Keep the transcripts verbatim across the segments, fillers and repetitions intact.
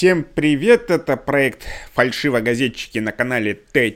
Всем привет, это проект «Фальшивогазетчики» на канале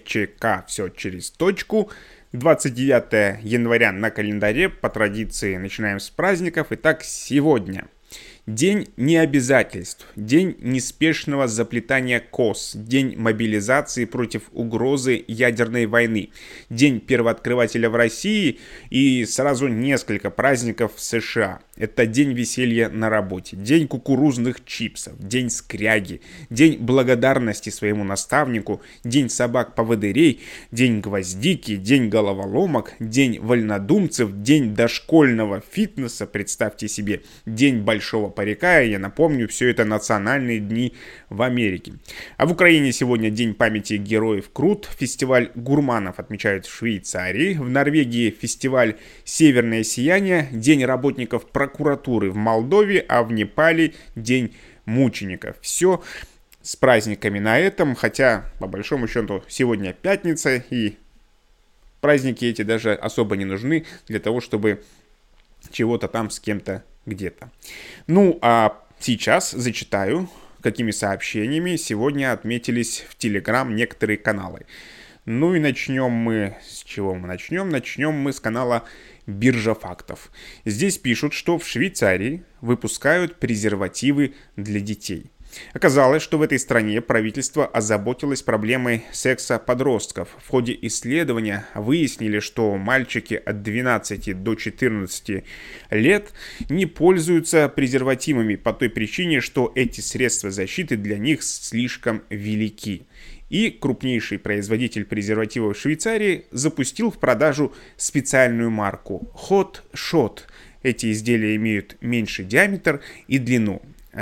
ТЧК «Все через точку». двадцать девятое января на календаре, по традиции начинаем с праздников. Итак, сегодня день необязательств, день неспешного заплетания кос, день мобилизации против угрозы ядерной войны, день первооткрывателя в России и сразу несколько праздников в США. Это день веселья на работе, день кукурузных чипсов, день скряги, день благодарности своему наставнику, день собак-поводырей, день гвоздики, день головоломок, день вольнодумцев, день дошкольного фитнеса, представьте себе, день большого парика. Я напомню, все это национальные дни в Америке. А в Украине сегодня день памяти героев Крут, фестиваль гурманов отмечают в Швейцарии, в Норвегии фестиваль «Северное сияние», день работников прокуратуры в Молдове, а в Непале день мучеников. Все с праздниками на этом, хотя по большому счету сегодня пятница, и праздники эти даже особо не нужны для того, чтобы чего-то там с кем-то где-то. Ну, а сейчас зачитаю, какими сообщениями сегодня отметились в Telegram некоторые каналы. Ну и начнем мы... С чего мы начнем? Начнем мы с канала «Биржа фактов». Здесь пишут, что в Швейцарии выпускают презервативы для детей. Оказалось, что в этой стране правительство озаботилось проблемой секса подростков. В ходе исследования выяснили, что мальчики от двенадцати до четырнадцати лет не пользуются презервативами по той причине, что эти средства защиты для них слишком велики. И крупнейший производитель презервативов в Швейцарии запустил в продажу специальную марку Hot Shot. Эти изделия имеют меньший диаметр и длину.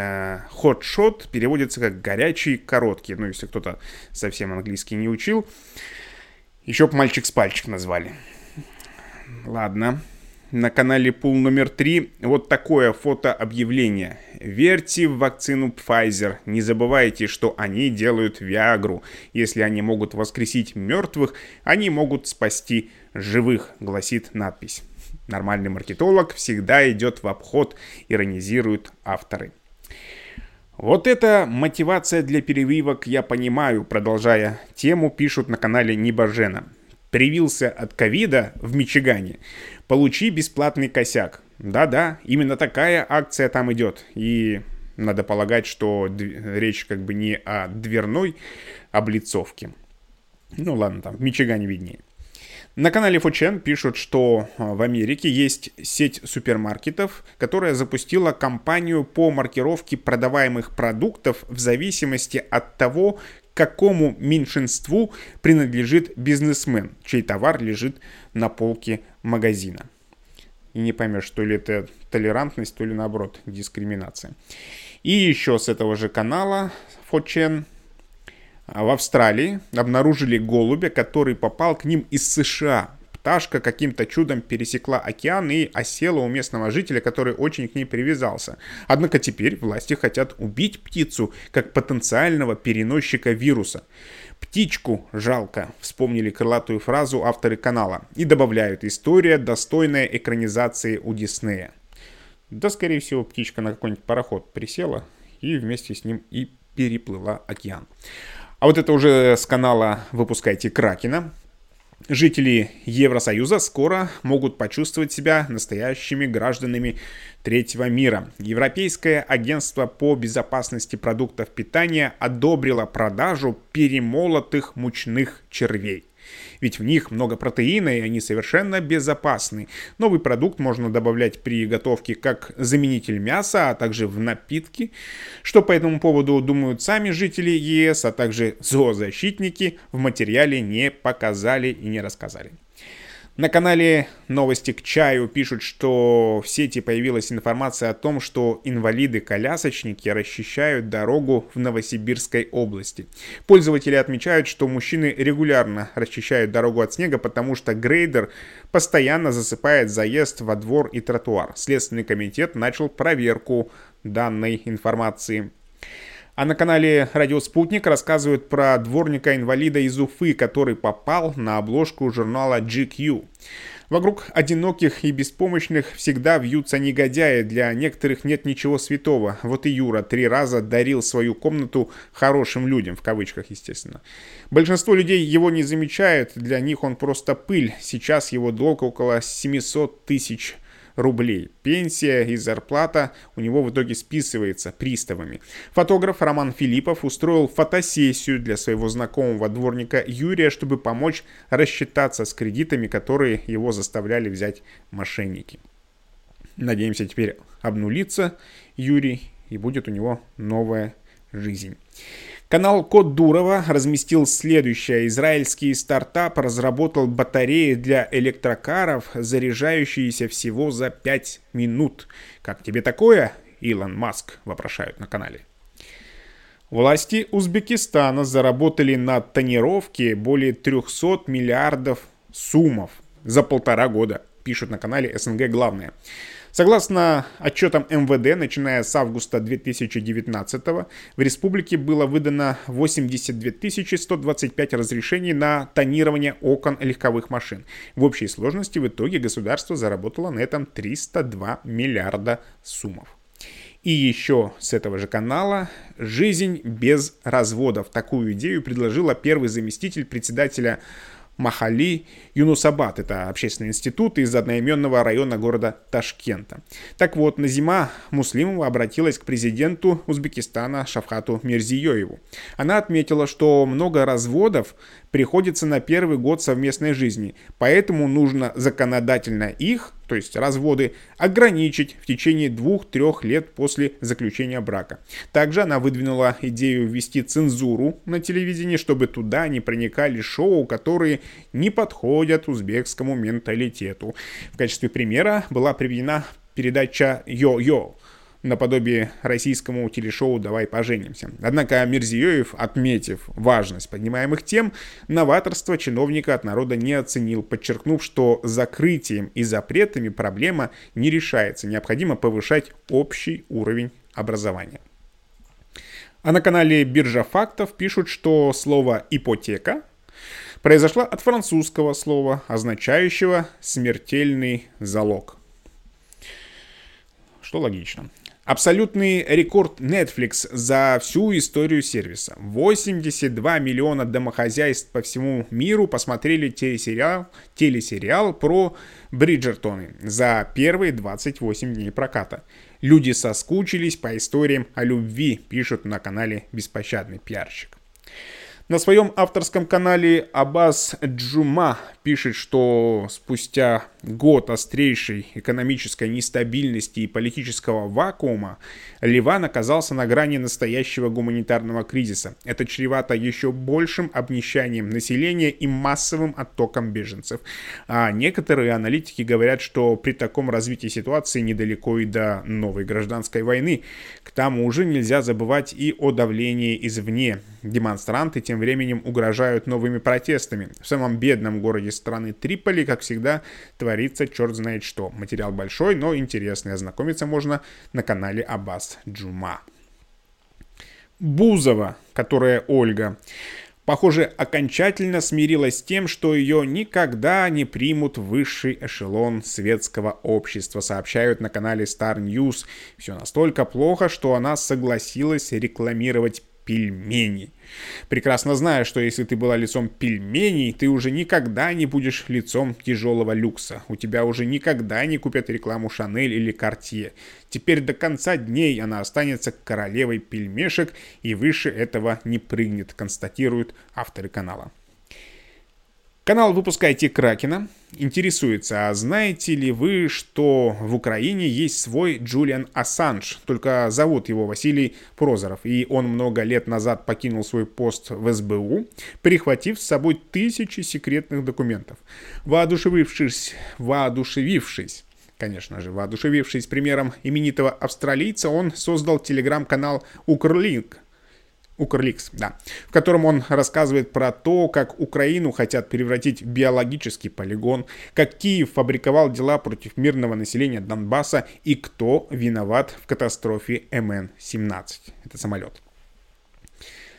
Hot Shot переводится как «горячий, короткий». Ну, если кто-то совсем английский не учил. Еще бы мальчик с пальчик назвали. Ладно. На канале Пул номер три вот такое фотообъявление. Верьте в вакцину Pfizer. Не забывайте, что они делают Виагру. Если они могут воскресить мертвых, они могут спасти живых, гласит надпись. Нормальный маркетолог всегда идет в обход, иронизируют авторы. Вот это мотивация для прививок, я понимаю, продолжая тему, пишут на канале Небожена. Привился от ковида в Мичигане, получи бесплатный косяк. Да-да, именно такая акция там идет. И надо полагать, что д- речь как бы не о дверной облицовке. Ну ладно, там в Мичигане виднее. На канале Фочен пишут, что в Америке есть сеть супермаркетов, которая запустила кампанию по маркировке продаваемых продуктов в зависимости от того, какому меньшинству принадлежит бизнесмен, чей товар лежит на полке магазина. И не поймешь, то ли это толерантность, то ли наоборот дискриминация. И еще с этого же канала Фочен. В Австралии обнаружили голубя, который попал к ним из США. Пташка каким-то чудом пересекла океан и осела у местного жителя, который очень к ней привязался. Однако теперь власти хотят убить птицу как потенциального переносчика вируса. «Птичку жалко», вспомнили крылатую фразу авторы канала. И добавляют: история, достойная экранизации у Диснея. Да, скорее всего, птичка на какой-нибудь пароход присела и вместе с ним и переплыла океан. А вот это уже с канала «Выпускайте Кракена». Жители Евросоюза скоро могут почувствовать себя настоящими гражданами третьего мира. Европейское агентство по безопасности продуктов питания одобрило продажу перемолотых мучных червей. Ведь в них много протеина, и они совершенно безопасны. Новый продукт можно добавлять при готовке как заменитель мяса, а также в напитки. Что по этому поводу думают сами жители ЕС, а также зоозащитники, в материале не показали и не рассказали. На канале «Новости к чаю» пишут, что в сети появилась информация о том, что инвалиды-колясочники расчищают дорогу в Новосибирской области. Пользователи отмечают, что мужчины регулярно расчищают дорогу от снега, потому что грейдер постоянно засыпает заезд во двор и тротуар. Следственный комитет начал проверку данной информации. А на канале «Радио Спутник» рассказывают про дворника-инвалида из Уфы, который попал на обложку журнала джи кью. Вокруг одиноких и беспомощных всегда вьются негодяи, для некоторых нет ничего святого. Вот и Юра три раза дарил свою комнату хорошим людям, в кавычках, естественно. Большинство людей его не замечают, для них он просто пыль. Сейчас его долг около семьсот тысяч рублей. Пенсия и зарплата у него в итоге списывается приставами. Фотограф Роман Филиппов устроил фотосессию для своего знакомого дворника Юрия, чтобы помочь рассчитаться с кредитами, которые его заставляли взять мошенники. Надеемся, теперь обнулится Юрий и будет у него новая жизнь. Канал Код Дурова разместил следующее. Израильский стартап разработал батареи для электрокаров, заряжающиеся всего за пять минут. Как тебе такое, Илон Маск, вопрошают на канале. Власти Узбекистана заработали на тонировке более триста миллиардов сумов за полтора года, пишут на канале СНГ Главное. Согласно отчетам эм вэ дэ, начиная с августа две тысячи девятнадцатого, в республике было выдано восемьдесят две тысячи сто двадцать пять разрешений на тонирование окон легковых машин. В общей сложности в итоге государство заработало на этом триста два миллиарда сумов. И еще с этого же канала «Жизнь без разводов». Такую идею предложила первый заместитель председателя Махали Юнусабад, это общественный институт из одноименного района города Ташкента. Так вот, Назима Муслимова обратилась к президенту Узбекистана Шавкату Мирзиёеву. Она отметила, что много разводов приходится на первый год совместной жизни, поэтому нужно законодательно их, то есть разводы, ограничить в течение двух-трех лет после заключения брака. Также она выдвинула идею ввести цензуру на телевидении, чтобы туда не проникали шоу, которые не подходят узбекскому менталитету. В качестве примера была приведена передача «Йо-Йо», наподобие российскому телешоу «Давай поженимся». Однако Мирзиёев, отметив важность поднимаемых тем, новаторство чиновника от народа не оценил, подчеркнув, что закрытием и запретами проблема не решается, необходимо повышать общий уровень образования. А на канале Биржа фактов пишут, что слово «ипотека» произошло от французского слова, означающего «смертельный залог». Что логично. Абсолютный рекорд Netflix за всю историю сервиса. восемьдесят два миллиона домохозяйств по всему миру посмотрели телесериал, телесериал про Бриджертоны за первые двадцать восемь дней проката. Люди соскучились по историям о любви, пишут на канале «Беспощадный пиарщик». На своем авторском канале Аббас Джума пишет, что спустя год острейшей экономической нестабильности и политического вакуума Ливан оказался на грани настоящего гуманитарного кризиса. Это чревато еще большим обнищанием населения и массовым оттоком беженцев. А некоторые аналитики говорят, что при таком развитии ситуации недалеко и до новой гражданской войны. К тому же нельзя забывать и о давлении извне. Демонстранты тем временем угрожают новыми протестами. В самом бедном городе страны Триполи, как всегда, творится черт знает что. Материал большой, но интересный. Ознакомиться можно на канале Аббас Джума. Бузова, которая Ольга, похоже, окончательно смирилась с тем, что ее никогда не примут в высший эшелон светского общества, сообщают на канале Star News. Все настолько плохо, что она согласилась рекламировать пельмени. Прекрасно знаю, что если ты была лицом пельменей, ты уже никогда не будешь лицом тяжелого люкса. У тебя уже никогда не купят рекламу Шанель или Картье. Теперь до конца дней она останется королевой пельмешек и выше этого не прыгнет, констатируют авторы канала. Канал «Выпускайте Кракена» интересуется, а знаете ли вы, что в Украине есть свой Джулиан Ассанж, только зовут его Василий Прозоров, и он много лет назад покинул свой пост в эс бэ у, прихватив с собой тысячи секретных документов. Воодушевившись, воодушевившись, конечно же, воодушевившись примером именитого австралийца, он создал телеграм-канал «Укрлинк», Укрликс, да, в котором он рассказывает про то, как Украину хотят превратить в биологический полигон, как Киев фабриковал дела против мирного населения Донбасса и кто виноват в катастрофе эм эн семнадцать. Это самолет.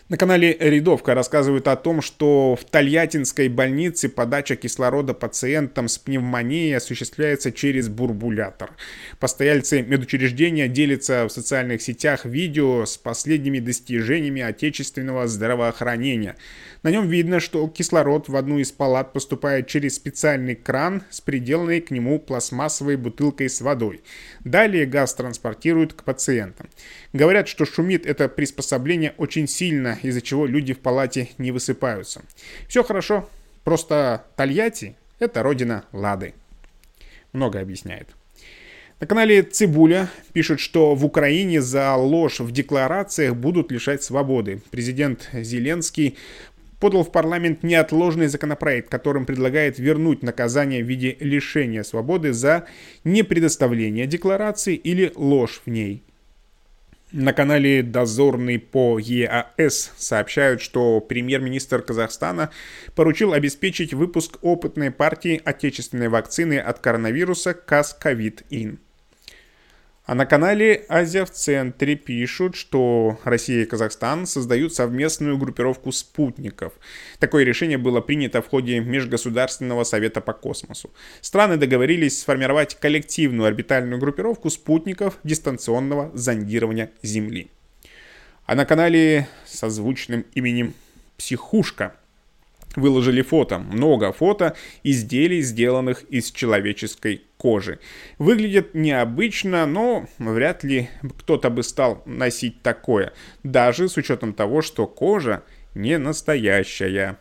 На канале «Рядовка» рассказывают о том, что в Тольяттинской больнице подача кислорода пациентам с пневмонией осуществляется через бурбулятор. Постояльцы медучреждения делятся в социальных сетях видео с последними достижениями отечественного здравоохранения. На нем видно, что кислород в одну из палат поступает через специальный кран с приделанной к нему пластмассовой бутылкой с водой. Далее газ транспортируют к пациентам. Говорят, что шумит это приспособление очень сильно, из-за чего люди в палате не высыпаются. Все хорошо, просто Тольятти – это родина Лады. Много объясняет. На канале «Цибуля» пишут, что в Украине за ложь в декларациях будут лишать свободы. Президент Зеленский подал в парламент неотложный законопроект, которым предлагает вернуть наказание в виде лишения свободы за непредоставление декларации или ложь в ней. На канале «Дозорный» по ЕАЭС сообщают, что премьер-министр Казахстана поручил обеспечить выпуск опытной партии отечественной вакцины от коронавируса Казковид-Ин. А на канале «Азия в центре» пишут, что Россия и Казахстан создают совместную группировку спутников. Такое решение было принято в ходе Межгосударственного совета по космосу. Страны договорились сформировать коллективную орбитальную группировку спутников дистанционного зондирования Земли. А на канале со звучным именем «Психушка» выложили фото, много фото изделий, сделанных из человеческой кожи. Выглядит необычно, но вряд ли кто-то бы стал носить такое, даже с учетом того, что кожа не настоящая.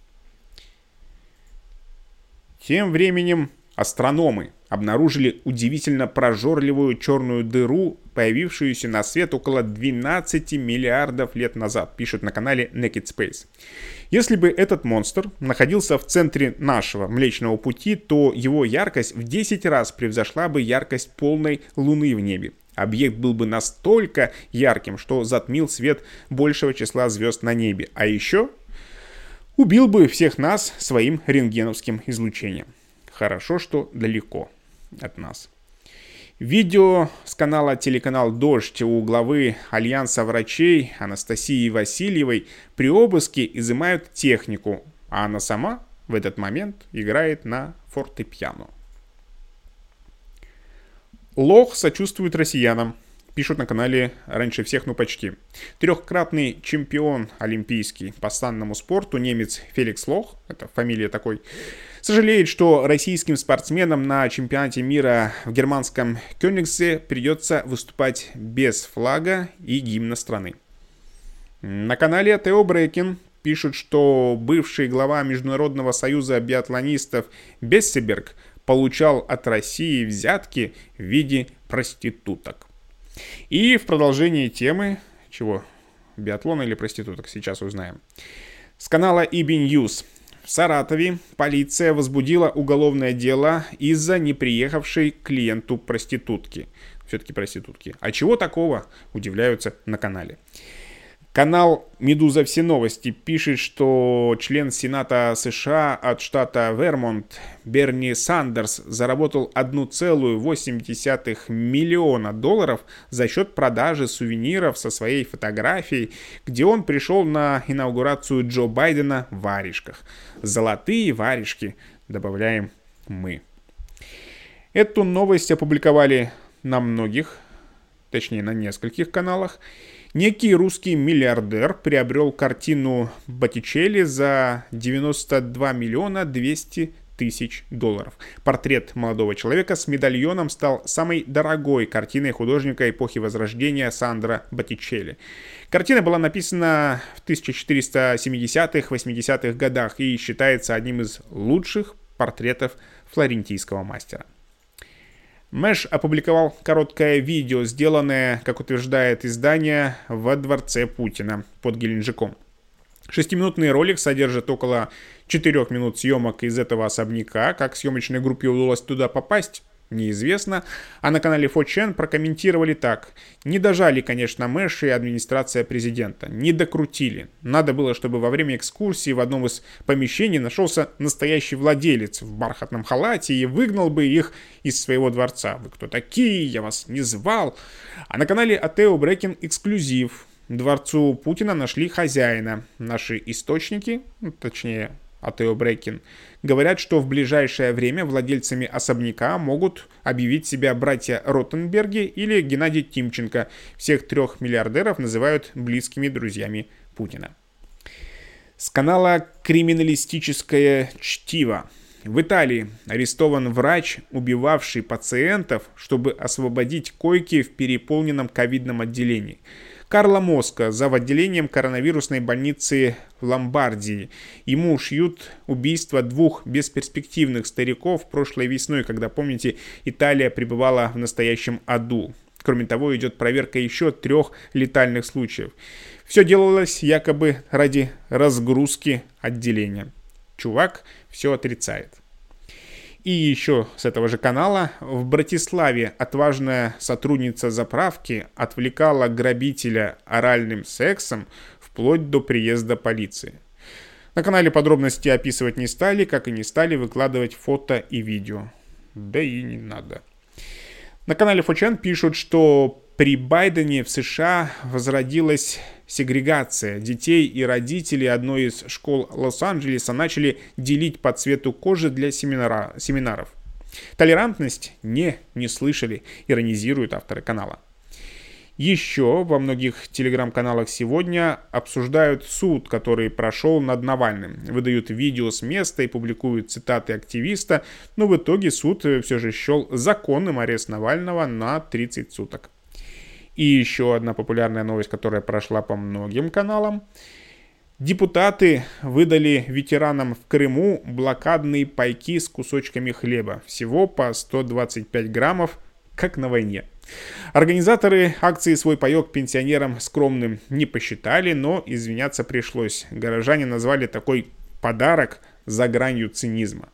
Тем временем астрономы обнаружили удивительно прожорливую черную дыру, появившуюся на свет около двенадцати миллиардов лет назад, пишут на канале Naked Space. Если бы этот монстр находился в центре нашего Млечного Пути, то его яркость в десять раз превзошла бы яркость полной Луны в небе. Объект был бы настолько ярким, что затмил свет большего числа звезд на небе, а еще убил бы всех нас своим рентгеновским излучением. Хорошо, что далеко от нас. Видео с канала телеканал «Дождь» у главы Альянса врачей Анастасии Васильевой при обыске изымают технику, а она сама в этот момент играет на фортепиано. Лох сочувствует россиянам, пишут на канале «Раньше всех, ну почти». Трехкратный чемпион олимпийский по санному спорту немец Феликс Лох, это фамилия такой, сожалеет, что российским спортсменам на чемпионате мира в германском Кёнигсе придется выступать без флага и гимна страны. На канале Тео Брекин пишут, что бывший глава Международного союза биатлонистов Бессеберг получал от России взятки в виде проституток. И в продолжении темы, чего, биатлона или проституток, сейчас узнаем. С канала и би News. В Саратове полиция возбудила уголовное дело из-за неприехавшей к клиенту проститутки. Все-таки проститутки. А чего такого, удивляются на канале. Канал «Медуза. Все новости» пишет, что член Сената США от штата Вермонт Берни Сандерс заработал одна целая восемь десятых миллиона долларов за счет продажи сувениров со своей фотографией, где он пришел на инаугурацию Джо Байдена в варежках. Золотые варежки, добавляем мы. Эту новость опубликовали на многих, точнее на нескольких каналах. Некий русский миллиардер приобрел картину Боттичелли за девяносто два миллиона двести тысяч долларов. Портрет молодого человека с медальоном стал самой дорогой картиной художника эпохи Возрождения Сандро Боттичелли. Картина была написана в тысяча четыреста семидесятых-восьмидесятых годах и считается одним из лучших портретов флорентийского мастера. Мэш опубликовал короткое видео, сделанное, как утверждает издание, во дворце Путина под Геленджиком. Шестиминутный ролик содержит около четырех минут съемок из этого особняка. Как съемочной группе удалось туда попасть, неизвестно. А на канале фо чен прокомментировали так. Не дожали, конечно, Мэш и администрация президента. Не докрутили. Надо было, чтобы во время экскурсии в одном из помещений нашелся настоящий владелец в бархатном халате и выгнал бы их из своего дворца. Вы кто такие? Я вас не звал. А на канале Атео Брекин эксклюзив. дворцу Путина нашли хозяина. Наши источники, точнее АТО Брекин, говорят, что в ближайшее время владельцами особняка могут объявить себя братья Ротенберги или Геннадий Тимченко. Всех трех миллиардеров называют близкими друзьями Путина. С канала «Криминалистическое чтиво». В Италии арестован врач, убивавший пациентов, чтобы освободить койки в переполненном ковидном отделении. Карло Моско зав. Отделением коронавирусной больницы в Ломбардии. Ему шьют убийство двух бесперспективных стариков прошлой весной, когда, помните, Италия пребывала в настоящем аду. Кроме того, идет проверка еще трех летальных случаев. Все делалось якобы ради разгрузки отделения. Чувак все отрицает. И еще с этого же канала: в Братиславе отважная сотрудница заправки отвлекала грабителя оральным сексом вплоть до приезда полиции. На канале подробности описывать не стали, как и не стали выкладывать фото и видео. Да и не надо. На канале Фочан пишут, что при Байдене в США возродилась сегрегация. Детей и родителей одной из школ Лос-Анджелеса начали делить по цвету кожи для семинара, семинаров. Толерантность не, не слышали, иронизируют авторы канала. Еще во многих телеграм-каналах сегодня обсуждают суд, который прошел над Навальным. Выдают видео с места и публикуют цитаты активиста, но в итоге суд все же счел законным арест Навального на тридцать суток. И еще одна популярная новость, которая прошла по многим каналам. Депутаты выдали ветеранам в Крыму блокадные пайки с кусочками хлеба. Всего по сто двадцать пять граммов, как на войне. Организаторы акции свой паек пенсионерам скромным не посчитали, но извиняться пришлось. Горожане назвали такой подарок за гранью цинизма.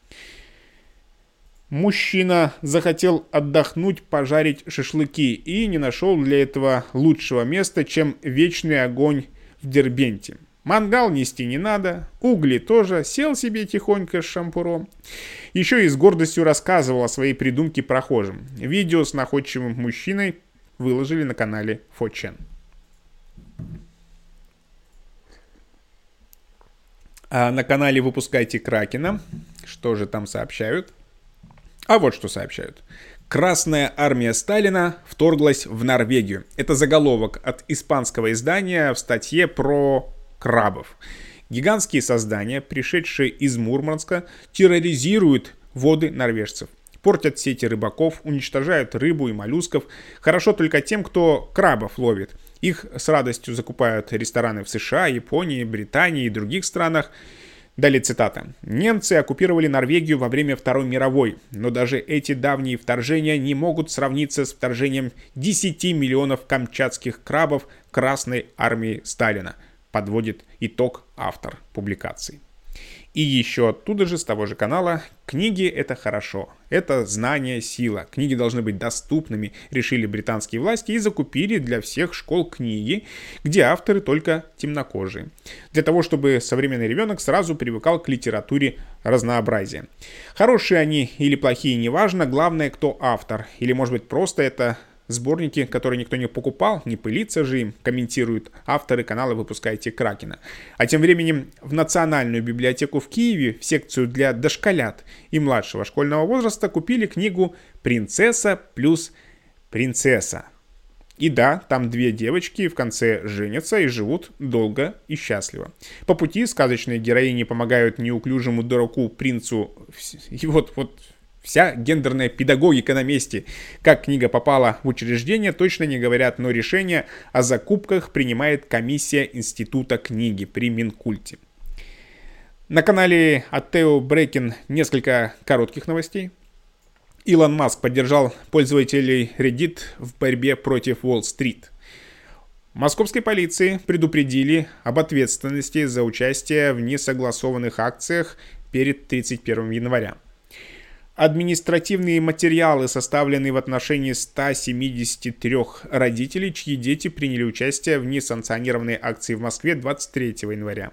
Мужчина захотел отдохнуть, пожарить шашлыки и не нашел для этого лучшего места, чем вечный огонь в Дербенте. Мангал нести не надо, угли тоже, сел себе тихонько с шампуром. Еще и с гордостью рассказывал о своей придумке прохожим. Видео с находчивым мужчиной выложили на канале Фочен. А на канале «Выпускайте Кракена» что же там сообщают? А вот что сообщают. Красная армия Сталина вторглась в Норвегию. Это заголовок от испанского издания в статье про крабов. Гигантские создания, пришедшие из Мурманска, терроризируют воды норвежцев. Портят сети рыбаков, уничтожают рыбу и моллюсков. Хорошо только тем, кто крабов ловит. Их с радостью закупают рестораны в США, Японии, Британии и других странах. Далее цитата. «Немцы оккупировали Норвегию во время Второй мировой, но даже эти давние вторжения не могут сравниться с вторжением десяти миллионов камчатских крабов Красной армии Сталина», подводит итог автор публикации. И еще оттуда же, с того же канала: книги — это хорошо, это знание — сила. Книги должны быть доступными, решили британские власти и закупили для всех школ книги, где авторы только темнокожие. Для того, чтобы современный ребенок сразу привыкал к литературе разнообразия. Хорошие они или плохие, неважно, главное, кто автор. Или, может быть, просто это сборники, которые никто не покупал, не пылиться же им, комментируют авторы канала «Выпускайте Кракена». А тем временем в Национальную библиотеку в Киеве, в секцию для дошколят и младшего школьного возраста, купили книгу «Принцесса плюс принцесса». И да, там две девочки в конце женятся и живут долго и счастливо. По пути сказочные героини помогают неуклюжему дураку принцу. И вот, вот вся гендерная педагогика на месте. Как книга попала в учреждение, точно не говорят, но решение о закупках принимает комиссия Института книги при Минкульте. На канале АТО Брекин несколько коротких новостей. Илон Маск поддержал пользователей Reddit в борьбе против Уолл-стрит. Московской полиции предупредили об ответственности за участие в несогласованных акциях перед тридцать первым января. Административные материалы составлены в отношении ста семидесяти трёх родителей, чьи дети приняли участие в несанкционированной акции в Москве двадцать третьего января.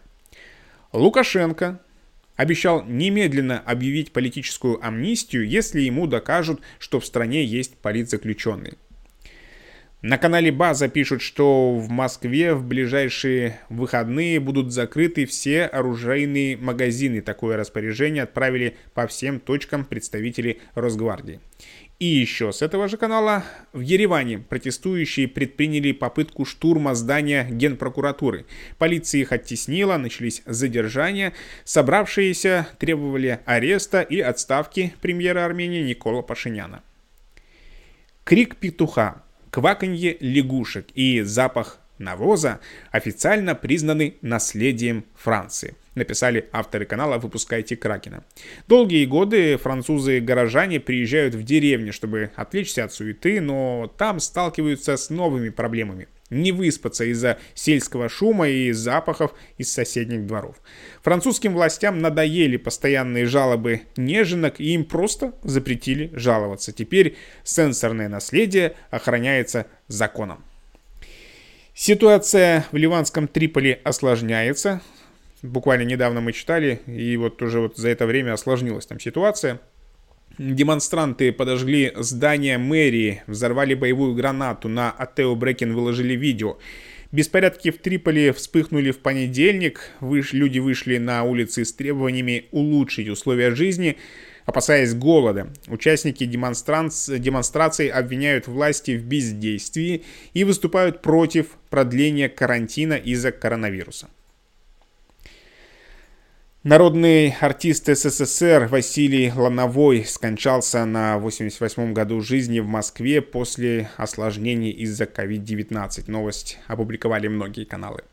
Лукашенко обещал немедленно объявить политическую амнистию, если ему докажут, что в стране есть политзаключенные. На канале База пишут, что в Москве в ближайшие выходные будут закрыты все оружейные магазины. Такое распоряжение отправили по всем точкам представители Росгвардии. И еще с этого же канала: в Ереване протестующие предприняли попытку штурма здания Генпрокуратуры. Полиция их оттеснила, начались задержания. Собравшиеся требовали ареста и отставки премьера Армении Никола Пашиняна. Крик петуха, кваканье лягушек и запах навоза официально признаны наследием Франции, написали авторы канала «Выпускайте Кракена». Долгие годы французы-горожане приезжают в деревни, чтобы отвлечься от суеты, но там сталкиваются с новыми проблемами. Не выспаться из-за сельского шума и запахов из соседних дворов. Французским властям надоели постоянные жалобы неженок, и им просто запретили жаловаться. Теперь сенсорное наследие охраняется законом. Ситуация в ливанском Триполи осложняется. Буквально недавно мы читали, и вот уже вот за это время осложнилась там ситуация. Демонстранты подожгли здание мэрии, взорвали боевую гранату, на Атео Брекен выложили видео. Беспорядки в Триполи вспыхнули в понедельник, выш, люди вышли на улицы с требованиями улучшить условия жизни, опасаясь голода. Участники демонстраций обвиняют власти в бездействии и выступают против продления карантина из-за коронавируса. Народный артист СССР Василий Лановой скончался на восемьдесят восьмом году жизни в Москве после осложнений из-за ковид девятнадцать. Новость опубликовали многие каналы.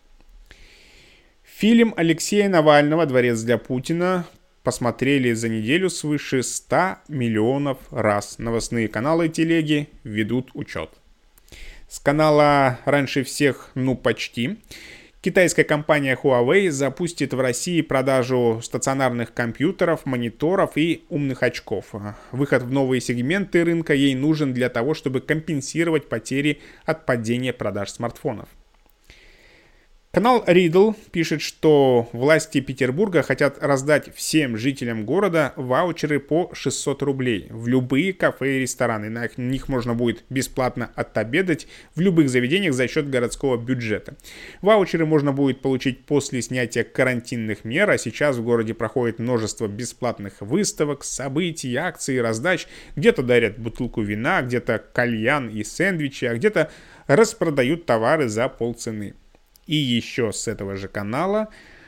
Фильм Алексея Навального «Дворец для Путина» посмотрели за неделю свыше ста миллионов раз. Новостные каналы и телеги ведут учет. С канала «Раньше всех, ну почти». Китайская компания Huawei запустит в России продажу стационарных компьютеров, мониторов и умных очков. Выход в новые сегменты рынка ей нужен для того, чтобы компенсировать потери от падения продаж смартфонов. Канал Riddle пишет, что власти Петербурга хотят раздать всем жителям города ваучеры по шестьсот рублей в любые кафе и рестораны. На них можно будет бесплатно отобедать в любых заведениях за счет городского бюджета. Ваучеры можно будет получить после снятия карантинных мер, а сейчас в городе проходит множество бесплатных выставок, событий, акций, раздач. Где-то дарят бутылку вина, где-то кальян и сэндвичи, а где-то распродают товары за полцены. И еще с этого же канала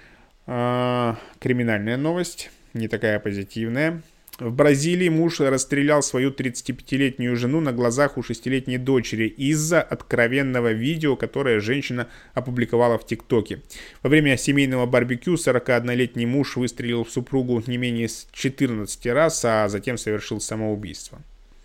э, криминальная новость, не такая позитивная. В Бразилии муж расстрелял свою тридцатипятилетнюю жену на глазах у шестилетней дочери из-за откровенного видео, которое женщина опубликовала в ТикТоке. Во время семейного барбекю сорокаоднолетний муж выстрелил в супругу не менее четырнадцати раз, а затем совершил самоубийство.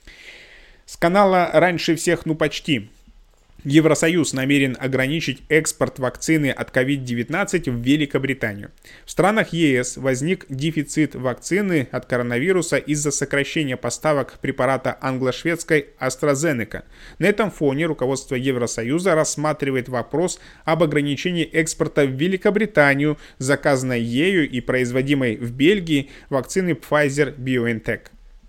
С канала «Раньше всех, ну почти». Евросоюз намерен ограничить экспорт вакцины от ковид девятнадцать в Великобританию. В странах ЕС возник дефицит вакцины от коронавируса из-за сокращения поставок препарата англо-шведской AstraZeneca. На этом фоне руководство Евросоюза рассматривает вопрос об ограничении экспорта в Великобританию, заказанной ею и производимой в Бельгии вакцины Pfizer-BioNTech.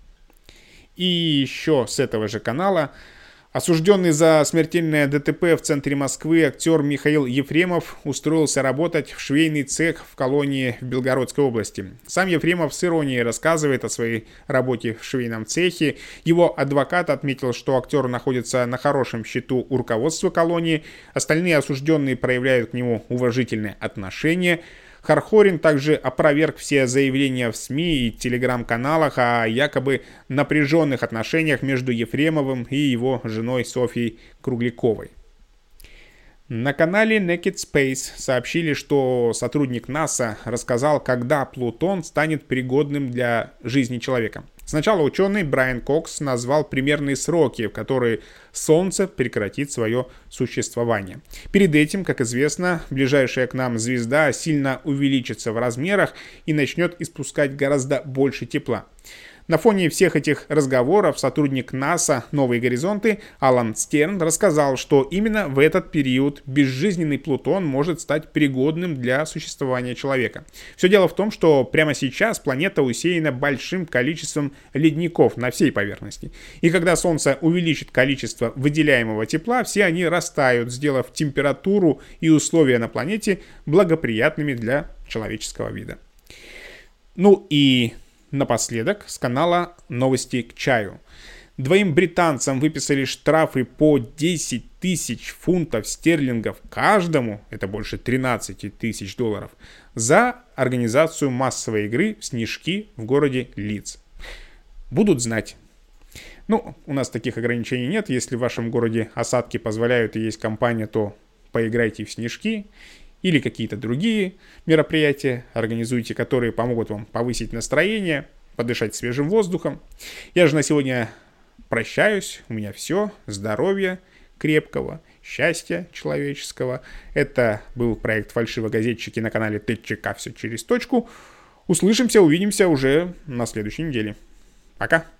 И еще с этого же канала: осужденный за смертельное ДТП в центре Москвы актер Михаил Ефремов устроился работать в швейный цех в колонии в Белгородской области. Сам Ефремов с иронией рассказывает о своей работе в швейном цехе. Его адвокат отметил, что актер находится на хорошем счету у руководства колонии. Остальные осужденные проявляют к нему уважительное отношение. Хорхорин также опроверг все заявления в СМИ и телеграм-каналах о якобы напряженных отношениях между Ефремовым и его женой Софьей Кругляковой. На канале Naked Space сообщили, что сотрудник НАСА рассказал, когда Плутон станет пригодным для жизни человека. Сначала ученый Брайан Кокс назвал примерные сроки, в которые Солнце прекратит свое существование. Перед этим, как известно, ближайшая к нам звезда сильно увеличится в размерах и начнет испускать гораздо больше тепла. На фоне всех этих разговоров сотрудник НАСА «Новые горизонты» Алан Стерн рассказал, что именно в этот период безжизненный Плутон может стать пригодным для существования человека. Все дело в том, что прямо сейчас планета усеяна большим количеством ледников на всей поверхности. И когда Солнце увеличит количество выделяемого тепла, все они растают, сделав температуру и условия на планете благоприятными для человеческого вида. Ну и напоследок с канала «Новости к чаю». Двоим британцам выписали штрафы по десять тысяч фунтов стерлингов каждому, это больше тринадцать тысяч долларов, за организацию массовой игры в снежки в городе Лидс. Будут знать. Ну, у нас таких ограничений нет. Если в вашем городе осадки позволяют и есть компания, то поиграйте в снежки. Или какие-то другие мероприятия организуйте, которые помогут вам повысить настроение, подышать свежим воздухом. Я же на сегодня прощаюсь. У меня все. Здоровья крепкого, счастья человеческого. Это был проект «Фальшивогазетчики» на канале ТЧК «Все через точку». Услышимся, увидимся уже на следующей неделе. Пока.